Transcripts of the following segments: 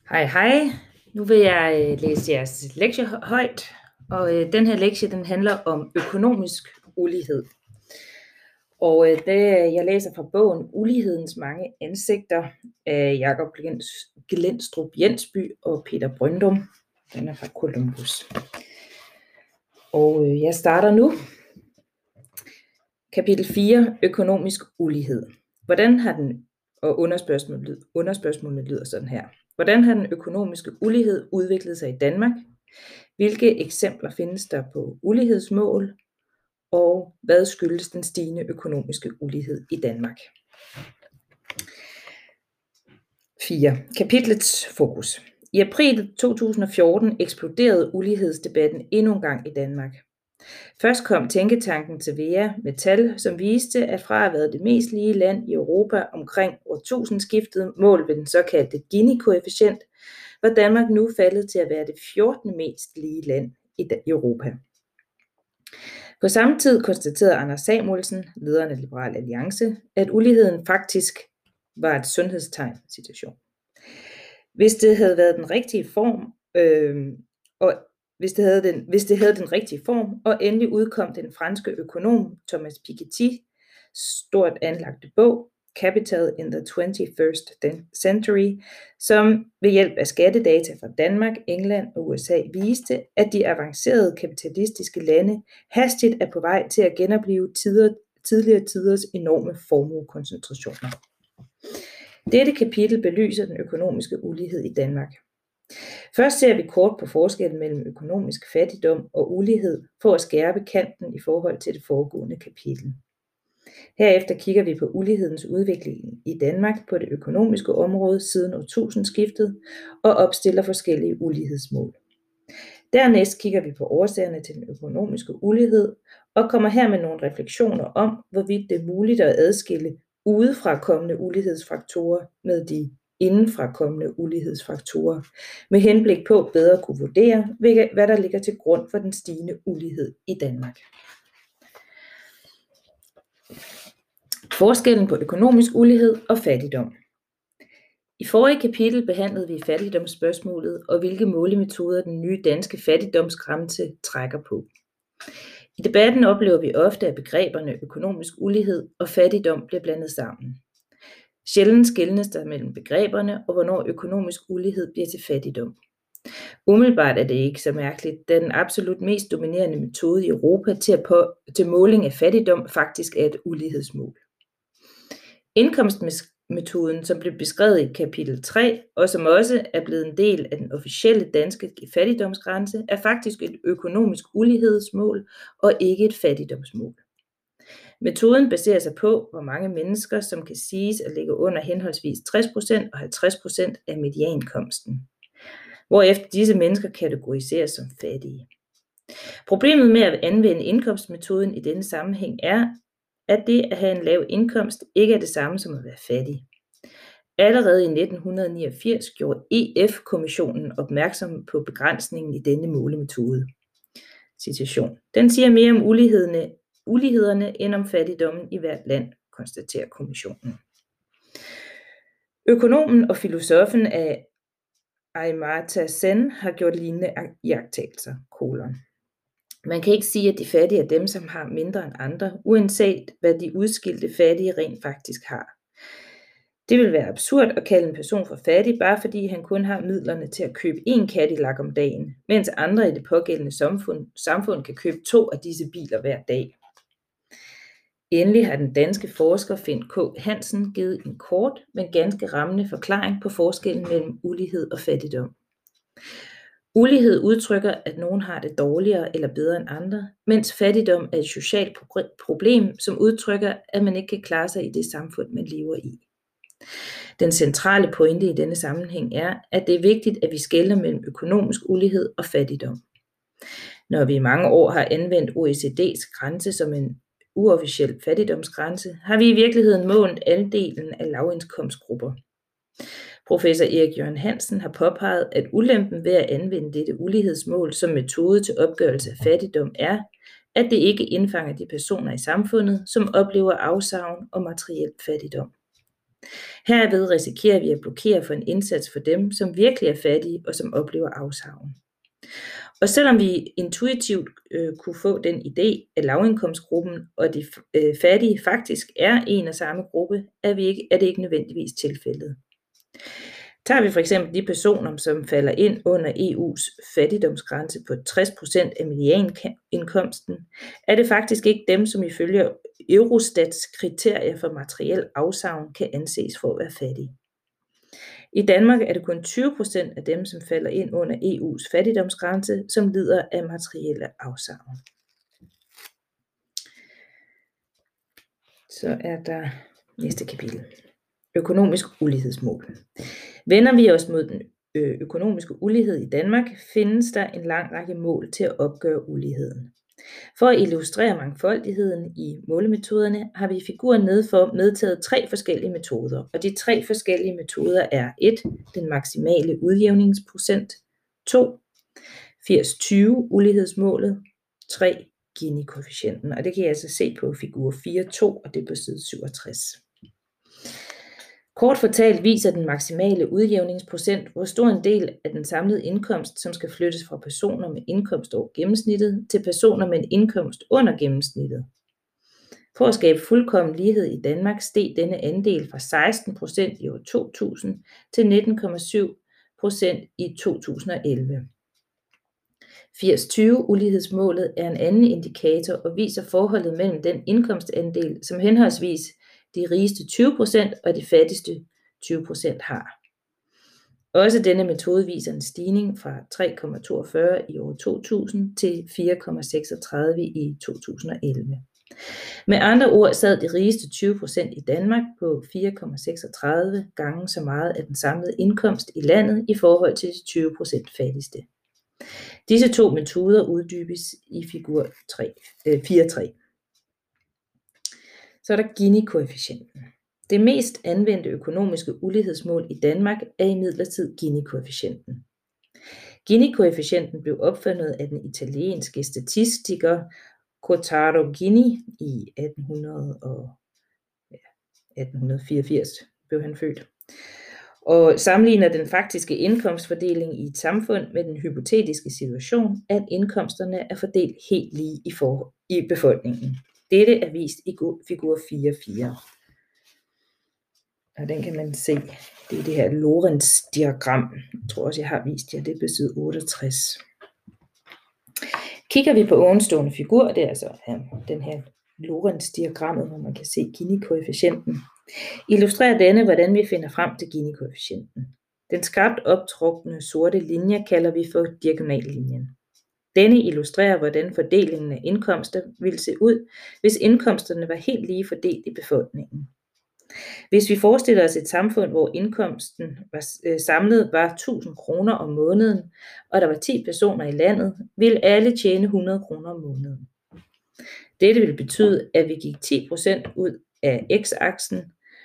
Hej hej. Nu vil jeg læse jeres lektie højt, og den her lektie den handler om økonomisk ulighed. Og jeg læser fra bogen Ulighedens mange ansigter af Jakob Glendstrup Jensby og Peter Brøndum. Den er fra Columbus. Og jeg starter nu. Kapitel 4. Økonomisk ulighed. Hvordan har den, og underspørgsmålet lyder sådan her. Hvordan har den økonomiske ulighed udviklet sig i Danmark? Hvilke eksempler findes der på ulighedsmål? Og hvad skyldes den stigende økonomiske ulighed i Danmark? 4. Kapitlets fokus. I april 2014 eksploderede ulighedsdebatten endnu en gang i Danmark. Først kom tænketanken Tvea med tal, som viste, at fra at have været det mest lige land i Europa omkring årtusindskiftet mål ved den såkaldte Gini-koefficient, var Danmark nu faldet til at være det 14. mest lige land i Europa. På samme tid konstaterede Anders Samuelsen, lederen af Liberal Alliance, at uligheden faktisk var et sundhedstegn. Hvis det havde været den rigtige form, hvis det havde den rigtige form, og endelig udkom den franske økonom Thomas Piketty stort anlagte bog, Capital in the 21st Century, som ved hjælp af skattedata fra Danmark, England og USA viste, at de avancerede kapitalistiske lande hastigt er på vej til at genopleve tidligere tiders enorme formuekoncentrationer. Dette kapitel belyser den økonomiske ulighed i Danmark. Først ser vi kort på forskellen mellem økonomisk fattigdom og ulighed for at skærpe kanten i forhold til det foregående kapitel. Herefter kigger vi på ulighedens udvikling i Danmark på det økonomiske område siden årtusindskiftet og opstiller forskellige ulighedsmål. Dernæst kigger vi på årsagerne til den økonomiske ulighed og kommer her med nogle refleksioner om, hvorvidt det er muligt at adskille udefra kommende ulighedsfaktorer med de indenfra kommende ulighedsfaktorer, med henblik på bedre at kunne vurdere, hvad der ligger til grund for den stigende ulighed i Danmark. Forskellen på økonomisk ulighed og fattigdom. I forrige kapitel behandlede vi fattigdomsspørgsmålet og hvilke målemetoder den nye danske fattigdomsgrænse trækker på. I debatten oplever vi ofte, at begreberne økonomisk ulighed og fattigdom bliver blandet sammen. Sjældent skelnes der mellem begreberne og hvornår økonomisk ulighed bliver til fattigdom. Umiddelbart er det ikke så mærkeligt, da den absolut mest dominerende metode i Europa til måling af fattigdom faktisk er et ulighedsmål. Indkomstmetoden, som blev beskrevet i kapitel 3, og som også er blevet en del af den officielle danske fattigdomsgrænse, er faktisk et økonomisk ulighedsmål og ikke et fattigdomsmål. Metoden baserer sig på, hvor mange mennesker, som kan siges at ligge under henholdsvis 60% og 50% af medianindkomsten, hvorefter disse mennesker kategoriseres som fattige. Problemet med at anvende indkomstmetoden i denne sammenhæng er, at det at have en lav indkomst ikke er det samme som at være fattig. Allerede i 1989 gjorde EF-kommissionen opmærksom på begrænsningen i denne målemetode. Citation. Den siger mere om ulighederne end om fattigdommen i hvert land, konstaterer kommissionen. Økonomen og filosofen af Amartya Sen har gjort lignende iagttagelser. Man kan ikke sige, at de fattige er dem, som har mindre end andre, uanset hvad de udskilte fattige rent faktisk har. Det vil være absurd at kalde en person for fattig, bare fordi han kun har midlerne til at købe én Cadillac om dagen, mens andre i det pågældende samfund kan købe 2 af disse biler hver dag. Endelig har den danske forsker Finn K. Hansen givet en kort, men ganske rammende forklaring på forskellen mellem ulighed og fattigdom. Ulighed udtrykker, at nogen har det dårligere eller bedre end andre, mens fattigdom er et socialt problem, som udtrykker, at man ikke kan klare sig i det samfund, man lever i. Den centrale pointe i denne sammenhæng er, at det er vigtigt, at vi skelner mellem økonomisk ulighed og fattigdom. Når vi i mange år har anvendt OECD's grænse som en uofficiel fattigdomsgrænse, har vi i virkeligheden målt andelen af lavindkomstgrupper. Professor Erik Jørgen Hansen har påpeget, at ulempen ved at anvende dette ulighedsmål som metode til opgørelse af fattigdom er, at det ikke indfanger de personer i samfundet, som oplever afsavn og materiel fattigdom. Herved risikerer vi at blokere for en indsats for dem, som virkelig er fattige og som oplever afsavn. Og selvom vi intuitivt kunne få den idé, at lavindkomstgruppen og de fattige faktisk er en og samme gruppe, er det ikke nødvendigvis tilfældet. Tager vi for eksempel de personer, som falder ind under EU's fattigdomsgrænse på 60% af medianindkomsten, er det faktisk ikke dem, som ifølge Eurostats kriterier for materiel afsavn kan anses for at være fattige. I Danmark er det kun 20% af dem, som falder ind under EU's fattigdomsgrænse, som lider af materielle afsavn. Så er der næste kapitel. Økonomisk ulighedsmål. Vender vi os mod den økonomiske ulighed i Danmark, findes der en lang række mål til at opgøre uligheden. For at illustrere mangfoldigheden i målemetoderne, har vi i figuren nedenfor medtaget 3 forskellige metoder, og de 3 forskellige metoder er 1. Den maksimale udjævningsprocent, 2. 80-20 ulighedsmålet, 3. Gini-koefficienten, og det kan I altså se på figur 4.2, og det er på side 67. Kort fortalt viser den maksimale udjævningsprocent, hvor stor en del af den samlede indkomst, som skal flyttes fra personer med indkomst over gennemsnittet til personer med en indkomst under gennemsnittet. For at skabe fuldkommen lighed i Danmark steg denne andel fra 16% i år 2000 til 19,7% i 2011. 80-20 ulighedsmålet er en anden indikator og viser forholdet mellem den indkomstandel, som henholdsvis de rigeste 20% og de fattigste 20% har. Også denne metode viser en stigning fra 3,42 i år 2000 til 4,36 i 2011. Med andre ord sad de rigeste 20% i Danmark på 4,36 gange så meget af den samlede indkomst i landet i forhold til de 20% fattigste. Disse 2 metoder uddybes i figur 4.3. Så er der Gini-koefficienten. Det mest anvendte økonomiske ulighedsmål i Danmark er imidlertid Gini-koefficienten. Gini-koefficienten blev opfundet af den italienske statistiker Corrado Gini i 1884 blev han født, og sammenligner den faktiske indkomstfordeling i et samfund med den hypotetiske situation, at indkomsterne er fordelt helt lige i befolkningen. Dette er vist i figur 4.4. Og den kan man se. Det er det her Lorentz-diagram. Jeg tror også, jeg har vist jer det på side 68. Kigger vi på ovenstående figur, det er altså den her Lorentz-diagrammet, hvor man kan se Gini-koefficienten. Illustrerer denne, hvordan vi finder frem til Gini-koefficienten. Den skarpt optrukne sorte linje kalder vi for diagonallinjen. Denne illustrerer, hvordan fordelingen af indkomster ville se ud, hvis indkomsterne var helt lige fordelt i befolkningen. Hvis vi forestiller os et samfund, hvor indkomsten samlet var 1000 kroner om måneden, og der var 10 personer i landet, ville alle tjene 100 kroner om måneden. Dette ville betyde, at vi gik 10% ud af x-aksen.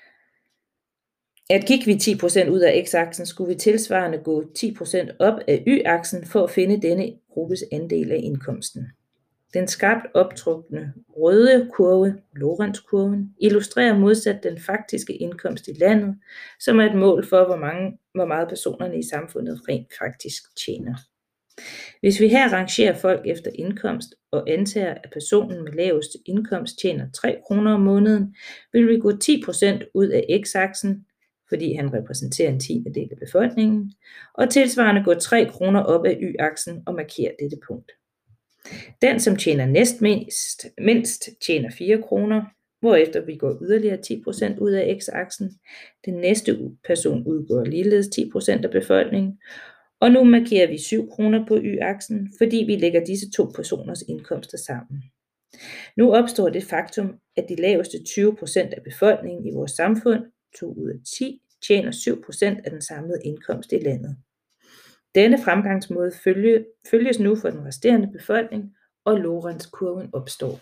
Gik vi 10% ud af x-aksen, skulle vi tilsvarende gå 10% op af y-aksen for at finde denne gruppes andel af indkomsten. Den skarpt optrukne røde kurve, Lorentz-kurven, illustrerer modsat den faktiske indkomst i landet, som er et mål for, hvor meget personerne i samfundet rent faktisk tjener. Hvis vi her rangerer folk efter indkomst og antager, at personen med laveste indkomst tjener 3 kroner om måneden, vil vi gå 10% ud af x-aksen, fordi han repræsenterer en 10. af befolkningen, og tilsvarende gå 3 kroner op af y-aksen og markere dette punkt. Den, som tjener mindst, tjener 4 kroner, hvorefter vi går yderligere 10% ud af x-aksen. Den næste person udgår ligeledes 10% af befolkningen, og nu markerer vi 7 kroner på y-aksen, fordi vi lægger disse 2 personers indkomster sammen. Nu opstår det faktum, at de laveste 20% af befolkningen i vores samfund, 2 ud af 10, tjener 7% af den samlede indkomst i landet. Denne fremgangsmåde følges nu for den resterende befolkning, og Lorentz-kurven opstår.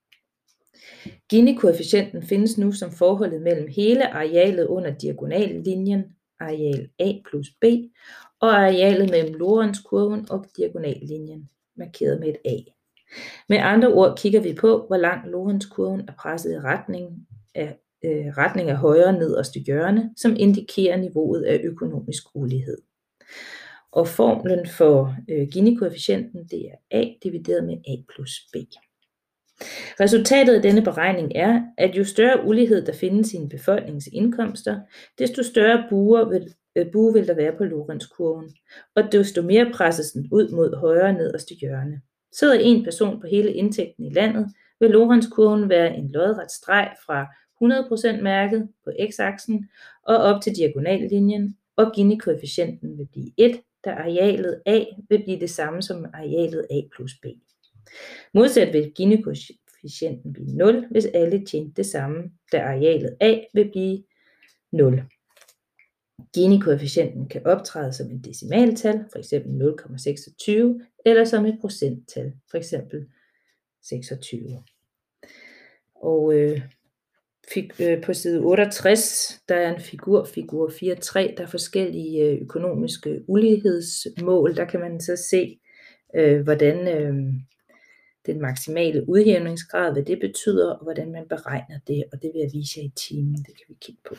Gini-koefficienten findes nu som forholdet mellem hele arealet under diagonallinjen, areal A plus B, og arealet mellem Lorentz-kurven og diagonallinjen, markeret med et A. Med andre ord kigger vi på, hvor langt Lorentz-kurven er presset i retning af retning af højre nederste hjørne, som indikerer niveauet af økonomisk ulighed. Og formlen for Gini-koefficienten, det er A divideret med A plus B. Resultatet af denne beregning er, at jo større ulighed der findes i en befolknings indkomster, desto større bue vil der være på Lorentz-kurven, og desto mere presses den ud mod højre nederste hjørne. Sidder en person på hele indtægten i landet, vil Lorentz-kurven være en lodret streg fra 100% mærket på x-aksen og op til diagonallinjen, og Gini-koefficienten vil blive 1, da arealet A vil blive det samme som arealet A plus B. Modsat vil Gini-koefficienten blive 0, hvis alle tjente det samme, da arealet A vil blive 0. Gini-koefficienten kan optræde som et decimaltal, f.eks. 0,26, eller som et procenttal, f.eks. 26. Og på side 68, der er en figur 4.3, der er forskellige økonomiske ulighedsmål. Der kan man så se, hvordan den maksimale udjævningsgrad, hvad det betyder, og hvordan man beregner det, og det vil jeg vise jer i timen, det kan vi kigge på.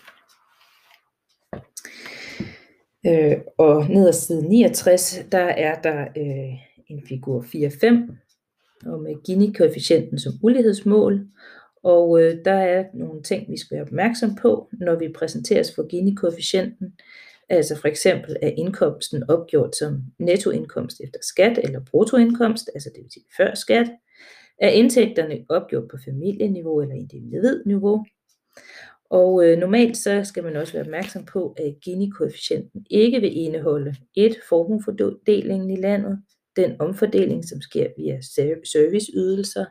Og nederst side 69, der er der en figur 4.5, og med Gini-koefficienten som ulighedsmål, og der er nogle ting, vi skal være opmærksom på, når vi præsenteres for Gini-koefficienten. Altså for eksempel er indkomsten opgjort som nettoindkomst efter skat eller bruttoindkomst, altså det vil sige før skat. Er indtægterne opgjort på familieniveau eller individniveau? Og normalt så skal man også være opmærksom på, at Gini-koefficienten ikke vil indeholde 1. Formuefordelingen i landet, den omfordeling, som sker via serviceydelser.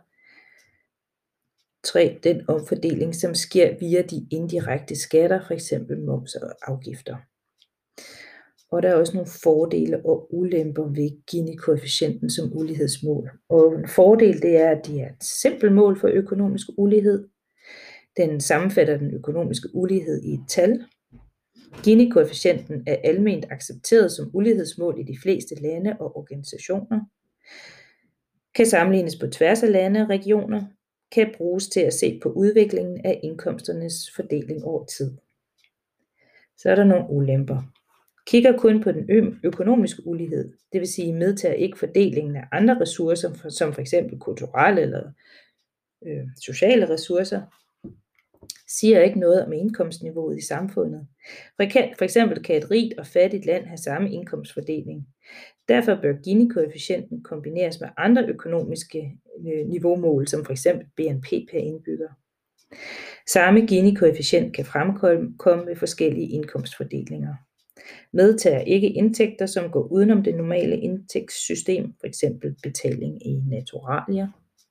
3. Den omfordeling, som sker via de indirekte skatter, f.eks. moms og afgifter. Og der er også nogle fordele og ulemper ved Gini-koefficienten som ulighedsmål. Og en fordel det er, at det er et simpelt mål for økonomisk ulighed. Den sammenfatter den økonomiske ulighed i et tal. Gini-koefficienten er alment accepteret som ulighedsmål i de fleste lande og organisationer. Kan sammenlignes på tværs af lande og regioner. Kan bruges til at se på udviklingen af indkomsternes fordeling over tid. Så er der nogle ulemper. Kigger kun på den økonomiske ulighed, det vil sige medtager ikke fordelingen af andre ressourcer, som f.eks. kulturelle eller sociale ressourcer, siger ikke noget om indkomstniveauet i samfundet. For eksempel kan et rigt og fattigt land have samme indkomstfordeling. Derfor bør Gini-koefficienten kombineres med andre økonomiske niveaumål, som f.eks. BNP per indbygger. Samme Gini-koefficient kan fremkomme ved forskellige indkomstfordelinger. Medtager ikke indtægter, som går udenom det normale indtægtssystem, f.eks. betaling i naturalier.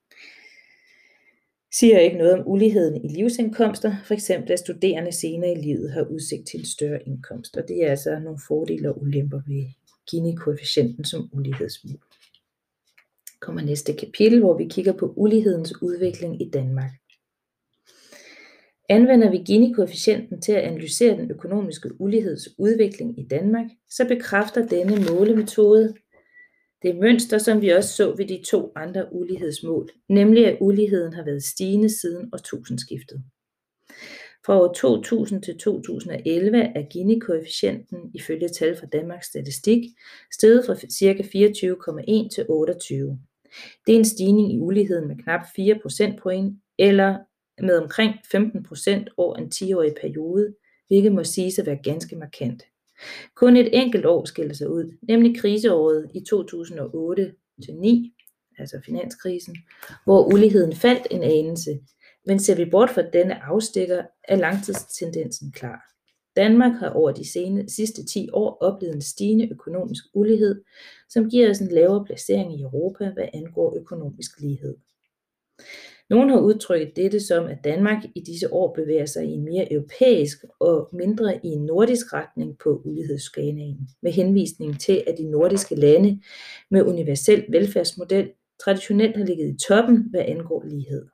Siger ikke noget om uligheden i livsindkomster, f.eks. at studerende senere i livet har udsigt til en større indkomst, og det er altså nogle fordele og ulemper ved Gini-koefficienten som ulighedsmål. Kommer næste kapitel, hvor vi kigger på ulighedens udvikling i Danmark. Anvender vi Gini-koefficienten til at analysere den økonomiske uligheds udvikling i Danmark, så bekræfter denne målemetode det mønster, som vi også så ved de 2 andre ulighedsmål, nemlig at uligheden har været stigende siden årtusindskiftet. Fra år 2000 til 2011 er Gini-koefficienten ifølge tal fra Danmarks Statistik steget fra ca. 24,1 til 28. Det er en stigning i uligheden med knap 4 procentpoint, eller med omkring 15% over en 10-årig periode, hvilket må siges at være ganske markant. Kun et enkelt år skiller sig ud, nemlig kriseåret i 2008-9, altså finanskrisen, hvor uligheden faldt en anelse. Men ser vi bort fra denne afstikker, er langtidstendensen klar. Danmark har over de sidste 10 år oplevet en stigende økonomisk ulighed, som giver os en lavere placering i Europa, hvad angår økonomisk lighed. Nogen har udtrykket dette som, at Danmark i disse år bevæger sig i en mere europæisk og mindre i en nordisk retning på ulighedsskalaen, med henvisning til, at de nordiske lande med universel velfærdsmodel traditionelt har ligget i toppen, hvad angår lighed.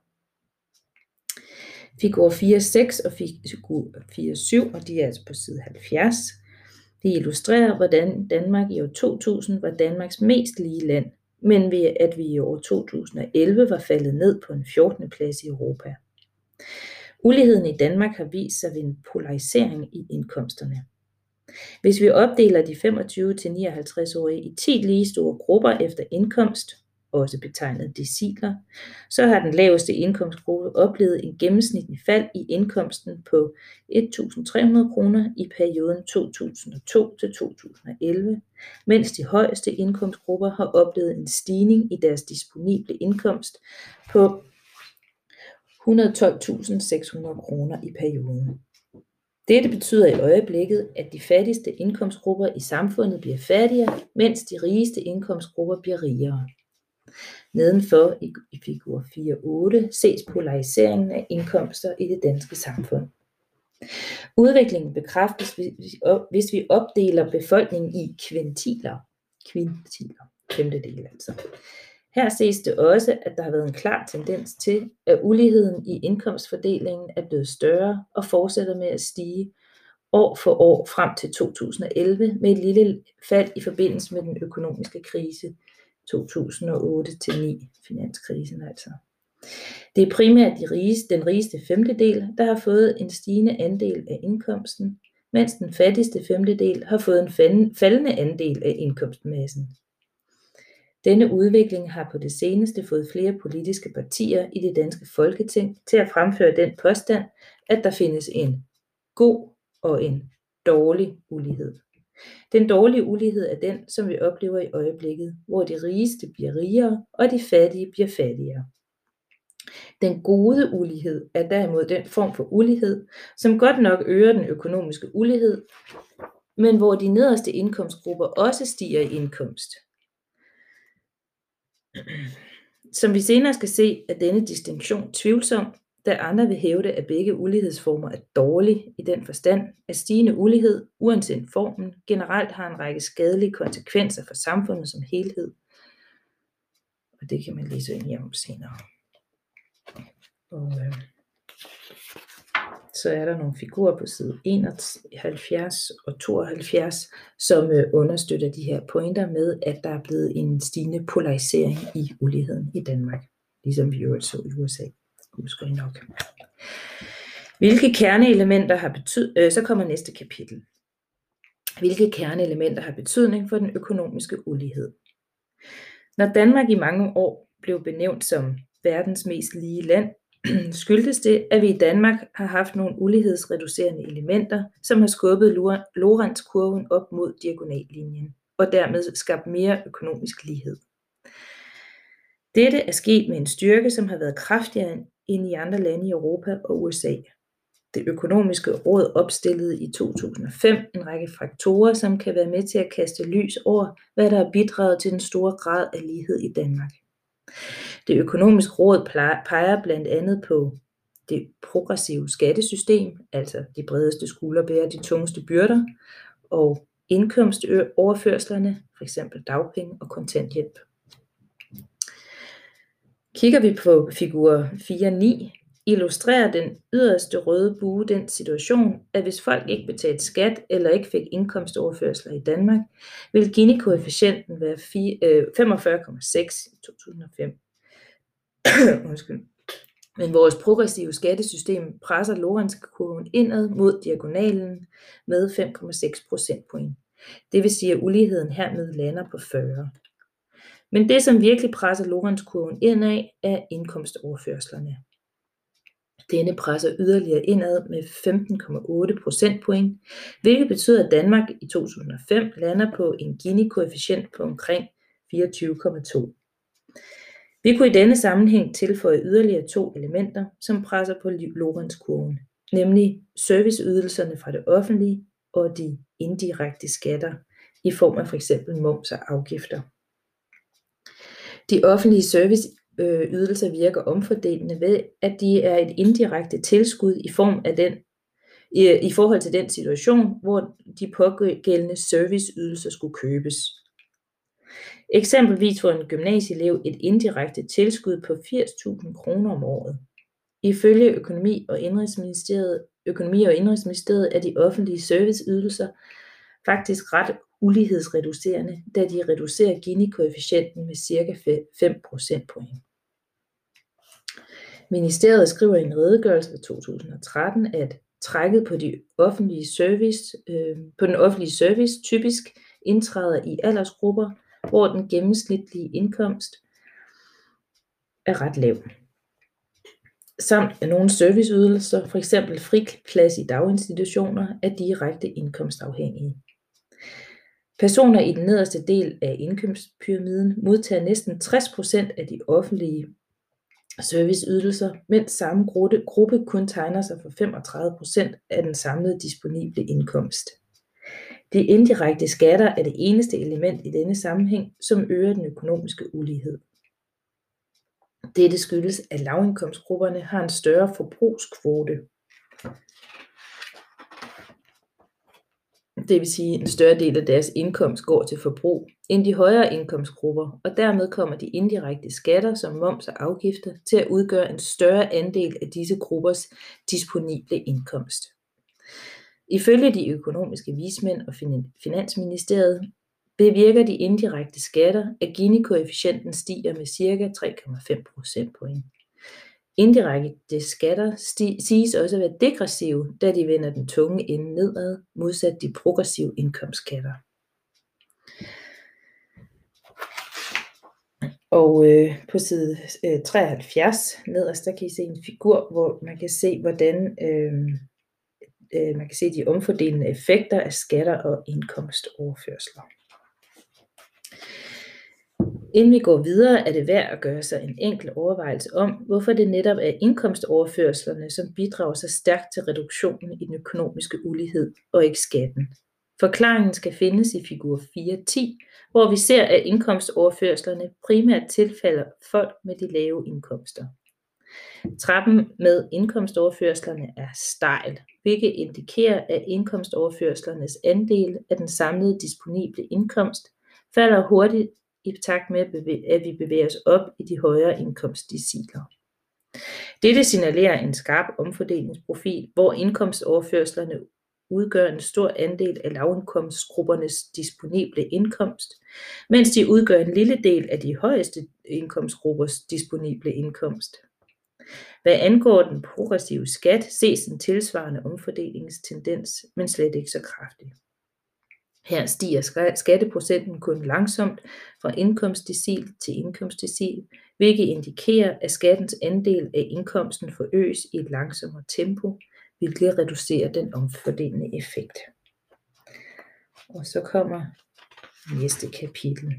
Figur 4.6 og figur 4.7, og de er altså på side 70. Det illustrerer, hvordan Danmark i år 2000 var Danmarks mest lige land, men ved at vi i år 2011 var faldet ned på en 14. plads i Europa. Uligheden i Danmark har vist sig ved en polarisering i indkomsterne. Hvis vi opdeler de 25-59-årige i 10 lige store grupper efter indkomst, også betegnet deciler, så har den laveste indkomstgruppe oplevet en gennemsnitlig fald i indkomsten på 1.300 kroner i perioden 2002 til 2011, mens de højeste indkomstgrupper har oplevet en stigning i deres disponible indkomst på 112.600 kroner i perioden. Dette betyder i øjeblikket, at de fattigste indkomstgrupper i samfundet bliver fattigere, mens de rigeste indkomstgrupper bliver rigere. Nedenfor i figur 4.8 ses polariseringen af indkomster i det danske samfund. Udviklingen bekræftes, hvis vi opdeler befolkningen i kvintiler, femtedele altså. Her ses det også, at der har været en klar tendens til, at uligheden i indkomstfordelingen er blevet større og fortsætter med at stige år for år frem til 2011 med et lille fald i forbindelse med den økonomiske krise 2008-9, finanskrisen altså. Det er primært den rigeste femtedel, der har fået en stigende andel af indkomsten, mens den fattigste femtedel har fået en faldende andel af indkomstmassen. Denne udvikling har på det seneste fået flere politiske partier i det danske Folketing til at fremføre den påstand, at der findes en god og en dårlig ulighed. Den dårlige ulighed er den, som vi oplever i øjeblikket, hvor de rigeste bliver rigere, og de fattige bliver fattigere. Den gode ulighed er derimod den form for ulighed, som godt nok øger den økonomiske ulighed, men hvor de nederste indkomstgrupper også stiger i indkomst. Som vi senere skal se, er denne distinktion tvivlsom, da andre vil hævde, at begge ulighedsformer er dårlige i den forstand, at stigende ulighed, uanset formen, generelt har en række skadelige konsekvenser for samfundet som helhed. Og det kan man læse ind om senere. Og så er der nogle figurer på side 71 og 72, som understøtter de her pointer med, at der er blevet en stigende polarisering i uligheden i Danmark, ligesom vi jo så i USA. Husker I nok. Hvilke kerneelementer har betydning? Så kommer næste kapitel. Hvilke kerneelementer har betydning for den økonomiske ulighed? Når Danmark i mange år blev benævnt som verdens mest lige land, skyldes det, at vi i Danmark har haft nogle ulighedsreducerende elementer, som har skubbet Lorentz-kurven op mod diagonallinjen, og dermed skabt mere økonomisk lighed. Dette er sket med en styrke, som har været kraftigere end i andre lande i Europa og USA. Det økonomiske råd opstillede i 2005 en række faktorer, som kan være med til at kaste lys over, hvad der har bidraget til den store grad af lighed i Danmark. Det økonomiske råd peger blandt andet på det progressive skattesystem, altså de bredeste skuldre bærer de tungeste byrder, og indkomstoverførslerne, f.eks. dagpenge og kontanthjælp. Kigger vi på figur 4.9, illustrerer den yderste røde bue den situation, at hvis folk ikke betalte skat eller ikke fik indkomstoverførsler i Danmark, vil Gini-koefficienten være 45,6 i 2005. Undskyld. Men vores progressive skattesystem presser Lorentz-kurven indad mod diagonalen med 5,6 procentpoint. Det vil sige, at uligheden hermed lander på 40. Men det, som virkelig presser Lorentz-kurven indad, er indkomstoverførslerne. Denne presser yderligere indad med 15,8 procentpoint, hvilket betyder, at Danmark i 2005 lander på en Gini-koefficient på omkring 24,2. Vi kunne i denne sammenhæng tilføje yderligere 2 elementer, som presser på Lorentz-kurven, nemlig serviceydelserne fra det offentlige og de indirekte skatter i form af f.eks. moms og afgifter. De offentlige serviceydelser virker omfordelende ved, at de er et indirekte tilskud i forhold til den situation, hvor de pågældende serviceydelser skulle købes. Eksempelvis får en gymnasieelev et indirekte tilskud på 80.000 kroner om året. Ifølge Økonomi- og Indenrigsministeriet er de offentlige serviceydelser faktisk ret ulighedsreducerende, da de reducerer Gini-koefficienten med ca. 5 procentpoint. Ministeriet skriver i en redegørelse fra 2013, at trækket på den offentlige service typisk indtræder i aldersgrupper, hvor den gennemsnitlige indkomst er ret lav, samt at nogle serviceydelser, f.eks. friplads i daginstitutioner, er direkte indkomstafhængige. Personer i den nederste del af indkomstpyramiden modtager næsten 60% af de offentlige serviceydelser, mens samme gruppe kun tegner sig for 35% af den samlede disponible indkomst. De indirekte skatter er det eneste element i denne sammenhæng, som øger den økonomiske ulighed. Dette skyldes, at lavindkomstgrupperne har en større forbrugskvote. Det vil sige, at en større del af deres indkomst går til forbrug end de højere indkomstgrupper, og dermed kommer de indirekte skatter som moms og afgifter til at udgøre en større andel af disse gruppers disponible indkomst. Ifølge de økonomiske vismænd og Finansministeriet bevirker de indirekte skatter, at Gini-koefficienten stiger med ca. 3,5 procentpoint. Indirekte skatter siges også at være degressive, da de vender den tunge ende nedad, modsat de progressive indkomstskatter. Og på side 73 nederst, der kan I se en figur, hvor man kan se, hvordan man kan se de omfordelende effekter af skatter og indkomstoverførsler. Inden vi går videre, er det værd at gøre sig en enkel overvejelse om, hvorfor det netop er indkomstoverførslerne, som bidrager så stærkt til reduktionen i den økonomiske ulighed, og ikke skatten. Forklaringen skal findes i figur 4.10, hvor vi ser, at indkomstoverførslerne primært tilfalder folk med de lave indkomster. Trappen med indkomstoverførslerne er stejl, hvilket indikerer, at indkomstoverførslernes andel af den samlede disponible indkomst falder hurtigt i takt med, at vi bevæger os op i de højere indkomstdeciler. Dette signalerer en skarp omfordelingsprofil, hvor indkomstoverførslerne udgør en stor andel af lavindkomstgruppernes disponible indkomst, mens de udgør en lille del af de højeste indkomstgruppers disponible indkomst. Hvad angår den progressive skat, ses en tilsvarende omfordelingstendens, men slet ikke så kraftig. Her stiger skatteprocenten kun langsomt fra indkomstdecil til indkomstdecil, hvilket indikerer, at skattens andel af indkomsten forøges i et langsommere tempo, hvilket reducerer den omfordelende effekt. Og så kommer næste kapitel,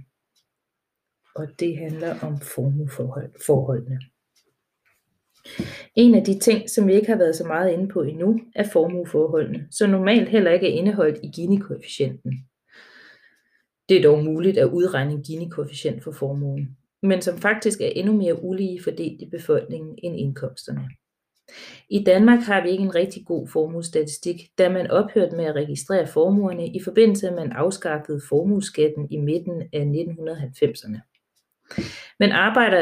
og det handler om formueforholdene. En af de ting, som vi ikke har været så meget inde på endnu, er formueforholdene, som normalt heller ikke er indeholdt i Gini-koefficienten. Det er dog muligt at udregne en Gini-koefficient for formuen, men som faktisk er endnu mere ulige fordelt i befolkningen end indkomsterne. I Danmark har vi ikke en rigtig god formuestatistik, da man ophørte med at registrere formuerne i forbindelse med, at man afskaffede formueskatten i midten af 1990'erne. Men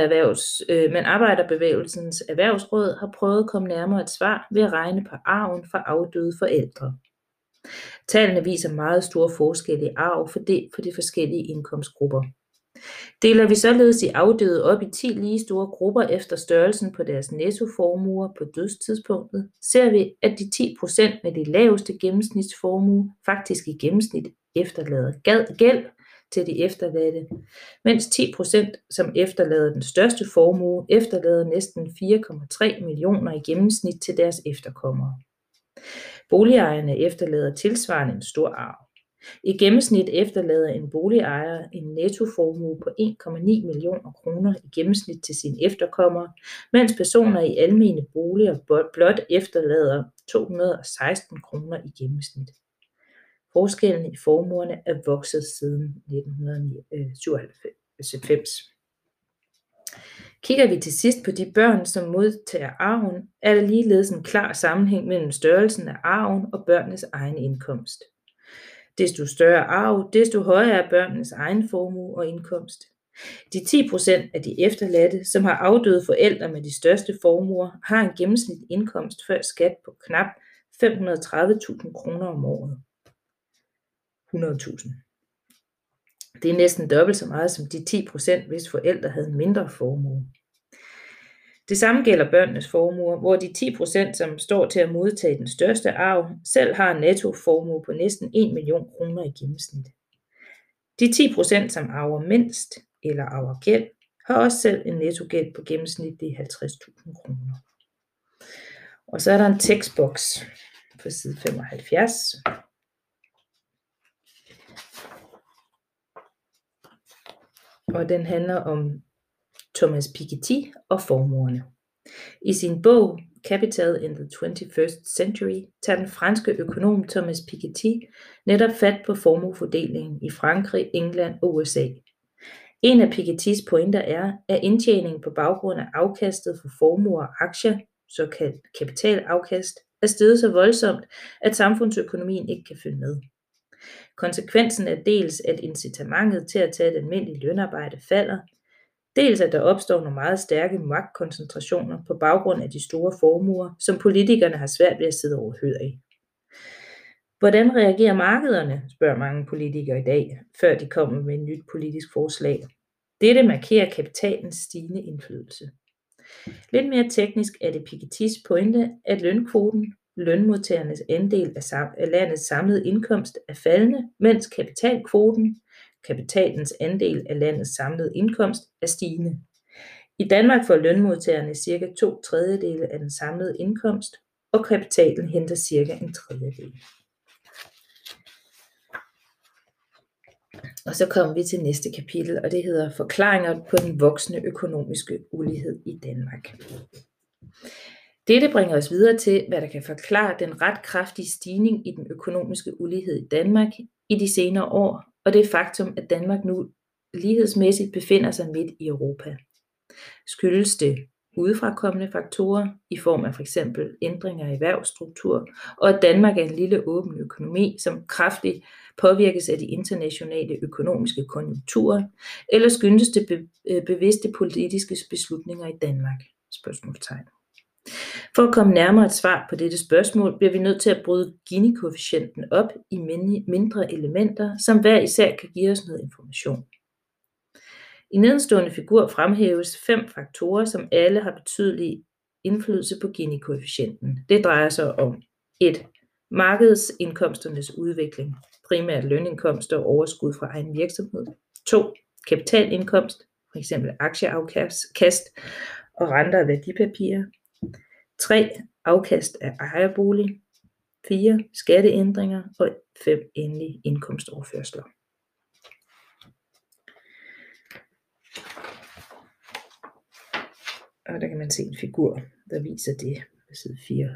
Arbejderbevægelsens Erhvervsråd har prøvet at komme nærmere et svar ved at regne på arven fra afdøde forældre. Tallene viser meget store forskelle i arv fordelt på de forskellige indkomstgrupper. Deler vi således de afdøde op i 10 lige store grupper efter størrelsen på deres nettoformuer på dødstidspunktet, ser vi, at de 10% med de laveste gennemsnitsformue faktisk i gennemsnit efterlader gæld til de efterladte, mens 10%, som efterlader den største formue, efterlader næsten 4,3 millioner i gennemsnit til deres efterkommere. Boligejerne efterlader tilsvarende en stor arv. I gennemsnit efterlader en boligejer en nettoformue på 1,9 millioner kroner i gennemsnit til sine efterkommere, mens personer i almene boliger blot efterlader 216 kroner i gennemsnit. Forskellen i formuerne er vokset siden 1997. Kigger vi til sidst på de børn, som modtager arven, er der ligeledes en klar sammenhæng mellem størrelsen af arven og børnenes egen indkomst. Desto større arv, desto højere er børnenes egen formue og indkomst. De 10% af de efterladte, som har afdøde forældre med de største formuer, har en gennemsnitlig indkomst før skat på knap 530.000 kroner om året. 100.000. Det er næsten dobbelt så meget som de 10%, hvis forældre havde en mindre formue. Det samme gælder børnenes formuer, hvor de 10%, som står til at modtage den største arv, selv har en nettoformue på næsten 1 million kroner i gennemsnit. De 10%, som arver mindst eller arver gæld, har også selv en nettogæld på gennemsnitligt 50.000 kroner. Og så er der en tekstboks på side 75. Og den handler om Thomas Piketty og formuerne. I sin bog Capital in the 21st Century tager den franske økonom Thomas Piketty netop fat på formuefordelingen i Frankrig, England og USA. En af Pikettys pointer er, at indtjeningen på baggrund af afkastet for formuer og aktier, såkaldt kapitalafkast, er steget så voldsomt, at samfundsøkonomien ikke kan følge med. Konsekvensen er dels, at incitamentet til at tage et almindeligt lønarbejde falder, dels at der opstår nogle meget stærke magtkoncentrationer på baggrund af de store formuer, som politikerne har svært ved at sidde overhørig. Hvordan reagerer markederne, spørger mange politikere i dag, før de kommer med et nyt politisk forslag. Dette markerer kapitalens stigende indflydelse. Lidt mere teknisk er det Pikettys pointe, at lønkvoten, lønmodtagernes andel af landets samlede indkomst, er faldende, mens kapitalkvoten, kapitalens andel af landets samlede indkomst, er stigende. I Danmark får lønmodtagerne ca. 2/3 af den samlede indkomst, og kapitalen henter ca. 1/3. Og så kommer vi til næste kapitel, og det hedder Forklaringer på den voksende økonomiske ulighed i Danmark. Dette bringer os videre til, hvad der kan forklare den ret kraftige stigning i den økonomiske ulighed i Danmark i de senere år, og det faktum, at Danmark nu lighedsmæssigt befinder sig midt i Europa. Skyldes det udefrakommende faktorer i form af f.eks. ændringer i erhvervsstruktur, og at Danmark er en lille åben økonomi, som kraftigt påvirkes af de internationale økonomiske konjunkturer, eller skyldes det bevidste politiske beslutninger i Danmark? Spørgsmålstegn. For at komme nærmere et svar på dette spørgsmål, bliver vi nødt til at bryde Gini-koefficienten op i mindre elementer, som hver især kan give os noget information. I nedenstående figur fremhæves 5 faktorer, som alle har betydelig indflydelse på Gini-koefficienten. Det drejer sig om 1. Markedsindkomsternes udvikling, primært lønindkomster og overskud fra egen virksomhed. 2. Kapitalindkomst, f.eks. aktieafkast og renter af værdipapirer. 3. Afkast af ejerbolig. 4. Skatteændringer. Og 5. Endelig indkomstoverførsler. Og der kan man se en figur, der viser det på side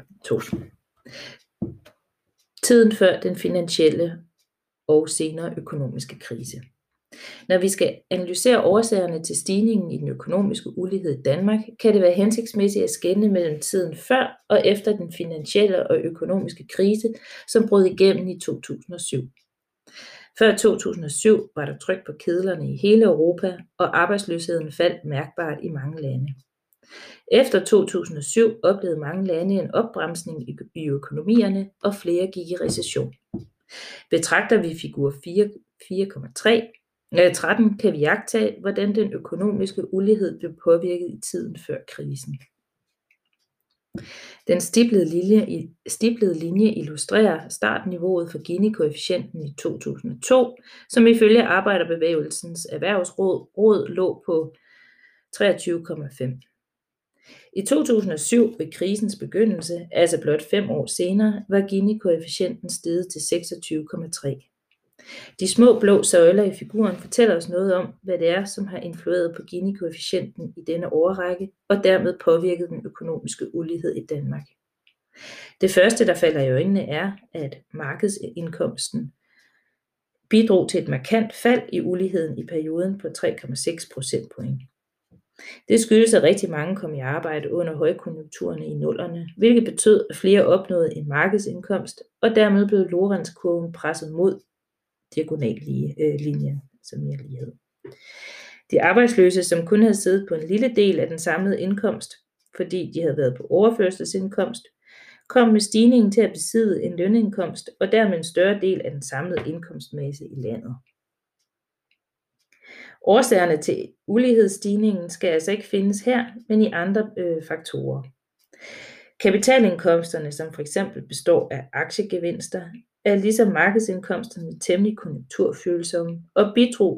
4.2. Tiden før den finansielle og senere økonomiske krise. Når vi skal analysere årsagerne til stigningen i den økonomiske ulighed i Danmark, kan det være hensigtsmæssigt at skelne mellem tiden før og efter den finansielle og økonomiske krise, som brød igennem i 2007. Før 2007 var der tryk på kedlerne i hele Europa, og arbejdsløsheden faldt mærkbart i mange lande. Efter 2007 oplevede mange lande en opbremsning i økonomierne, og flere gik i recession. Betragter vi figur 4.13, kan vi iagttage, hvordan den økonomiske ulighed blev påvirket i tiden før krisen. Den stiplede linje illustrerer startniveauet for Gini-koefficienten i 2002, som ifølge Arbejderbevægelsens Erhvervsråd lå på 23,5. I 2007 ved krisens begyndelse, altså blot 5 år senere, var Gini-koefficienten steget til 26,3. De små blå søjler i figuren fortæller os noget om, hvad det er, som har influeret på Gini-koefficienten i denne årrække, og dermed påvirket den økonomiske ulighed i Danmark. Det første, der falder i øjnene, er, at markedsindkomsten bidrog til et markant fald i uligheden i perioden på 3,6 procentpoint. Det skyldes, at rigtig mange kom i arbejde under højkonjunkturerne i 00'erne, hvilket betød, at flere opnåede en markedsindkomst, og dermed blev Lorentz-kurven presset mod diagonallinjen, som mere lighed. De arbejdsløse, som kun havde siddet på en lille del af den samlede indkomst, fordi de havde været på overførselsindkomst, kom med stigningen til at besidde en lønindkomst, og dermed en større del af den samlede indkomstmasse i landet. Årsagerne til ulighedsstigningen skal altså ikke findes her, men i andre faktorer. Kapitalindkomsterne, som for eksempel består af aktiegevinster, er ligesom markedsindkomsterne temmelig konjunkturfølsomme og bidrog